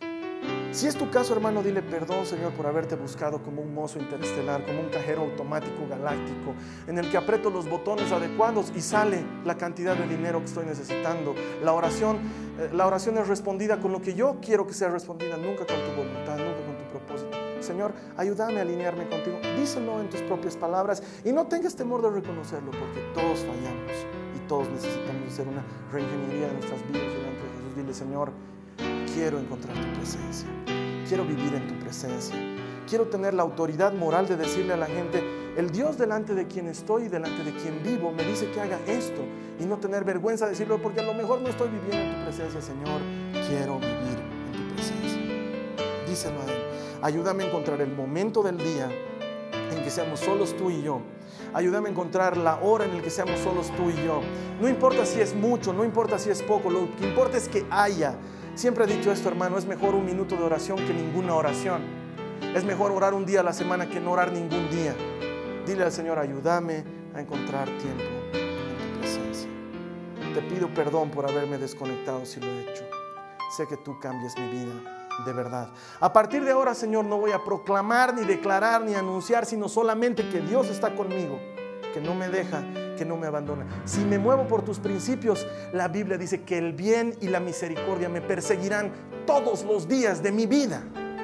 Si es tu caso, hermano, dile: perdón, Señor, por haberte buscado como un mozo interestelar, como un cajero automático galáctico, en el que aprieto los botones adecuados y sale la cantidad de dinero que estoy necesitando. La oración, eh, la oración es respondida con lo que yo quiero que sea respondida, nunca con tu voluntad, nunca con tu propósito. Señor, ayúdame a alinearme contigo. Díselo en tus propias palabras y no tengas temor de reconocerlo, porque todos fallamos y todos necesitamos hacer una reingeniería de nuestras vidas delante de Jesús. Dile: Señor, quiero encontrar tu presencia, quiero vivir en tu presencia, quiero tener la autoridad moral de decirle a la gente: el Dios delante de quien estoy y delante de quien vivo me dice que haga esto, y no tener vergüenza de decirlo, porque a lo mejor no estoy viviendo en tu presencia. Señor, quiero vivir en tu presencia. Díselo a Él. Ayúdame a encontrar el momento del día en que seamos solos tú y yo. Ayúdame a encontrar la hora en la que seamos solos tú y yo. No importa si es mucho, no importa si es poco, lo que importa es que haya. Siempre he dicho esto, hermano: es mejor un minuto de oración que ninguna oración. Es mejor orar un día a la semana que no orar ningún día. Dile al Señor: ayúdame a encontrar tiempo en tu presencia. Te pido perdón por haberme desconectado si lo he hecho. Sé que tú cambias mi vida de verdad. A partir de ahora, Señor, no voy a proclamar, ni declarar, ni anunciar, sino solamente que Dios está conmigo, que no me deja, que no me abandona. Si me muevo por tus principios, la Biblia dice que el bien y la misericordia me perseguirán todos los días de mi vida.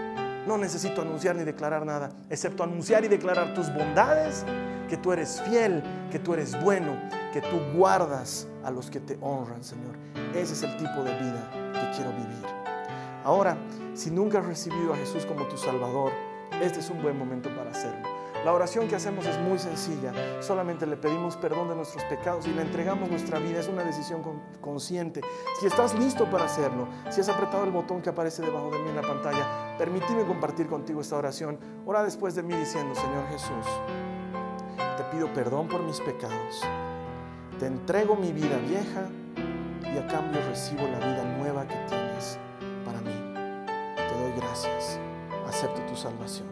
No necesito anunciar ni declarar nada, excepto anunciar y declarar tus bondades, que tú eres fiel, que tú eres bueno, que tú guardas a los que te honran, Señor. Ese es el tipo de vida que quiero vivir. Ahora, si nunca has recibido a Jesús como tu Salvador, este es un buen momento para hacerlo. La oración que hacemos es muy sencilla. Solamente le pedimos perdón de nuestros pecados y le entregamos nuestra vida. Es una decisión consciente. Si estás listo para hacerlo, si has apretado el botón que aparece debajo de mí en la pantalla, permíteme compartir contigo esta oración. Ora después de mí diciendo: Señor Jesús, te pido perdón por mis pecados. Te entrego mi vida vieja y a cambio recibo la vida nueva que tienes para mí. Te doy gracias. Acepto tu salvación.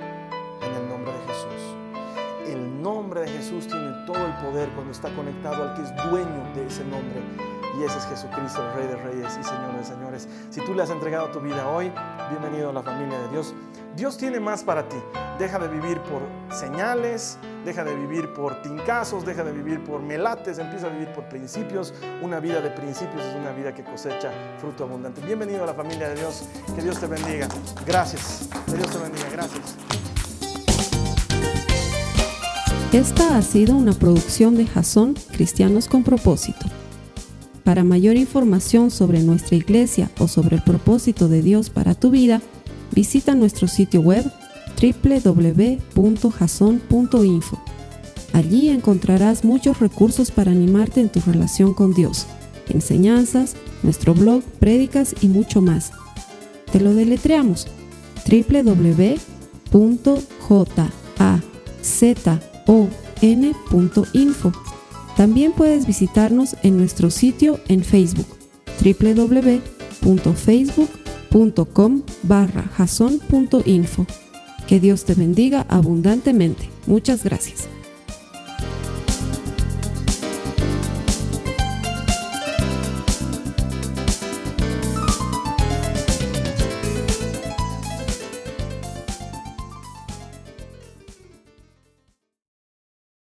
En el nombre de Jesús. El nombre de Jesús tiene todo el poder cuando está conectado al que es dueño de ese nombre. y ese es Jesucristo, el Rey de Reyes y Señor de Señores. Si tú le has entregado tu vida hoy, bienvenido a la familia de Dios. Dios tiene más para ti. Deja de vivir por señales, deja de vivir por tincazos, deja de vivir por melates, empieza a vivir por principios. Una vida de principios es una vida que cosecha fruto abundante. Bienvenido a la familia de Dios. Que Dios te bendiga. Gracias. Que Dios te bendiga. Gracias. Esta ha sido una producción de Jasón Cristianos con Propósito. Para mayor información sobre nuestra iglesia o sobre el propósito de Dios para tu vida, visita nuestro sitio web doble u doble u doble u punto jason punto info. Allí encontrarás muchos recursos para animarte en tu relación con Dios, enseñanzas, nuestro blog, prédicas y mucho más. Te lo deletreamos: doble u doble u doble u punto jazon punto info. También puedes visitarnos en nuestro sitio en Facebook, doble u doble u doble u punto facebook punto com barra jason punto info. Que Dios te bendiga abundantemente. Muchas gracias.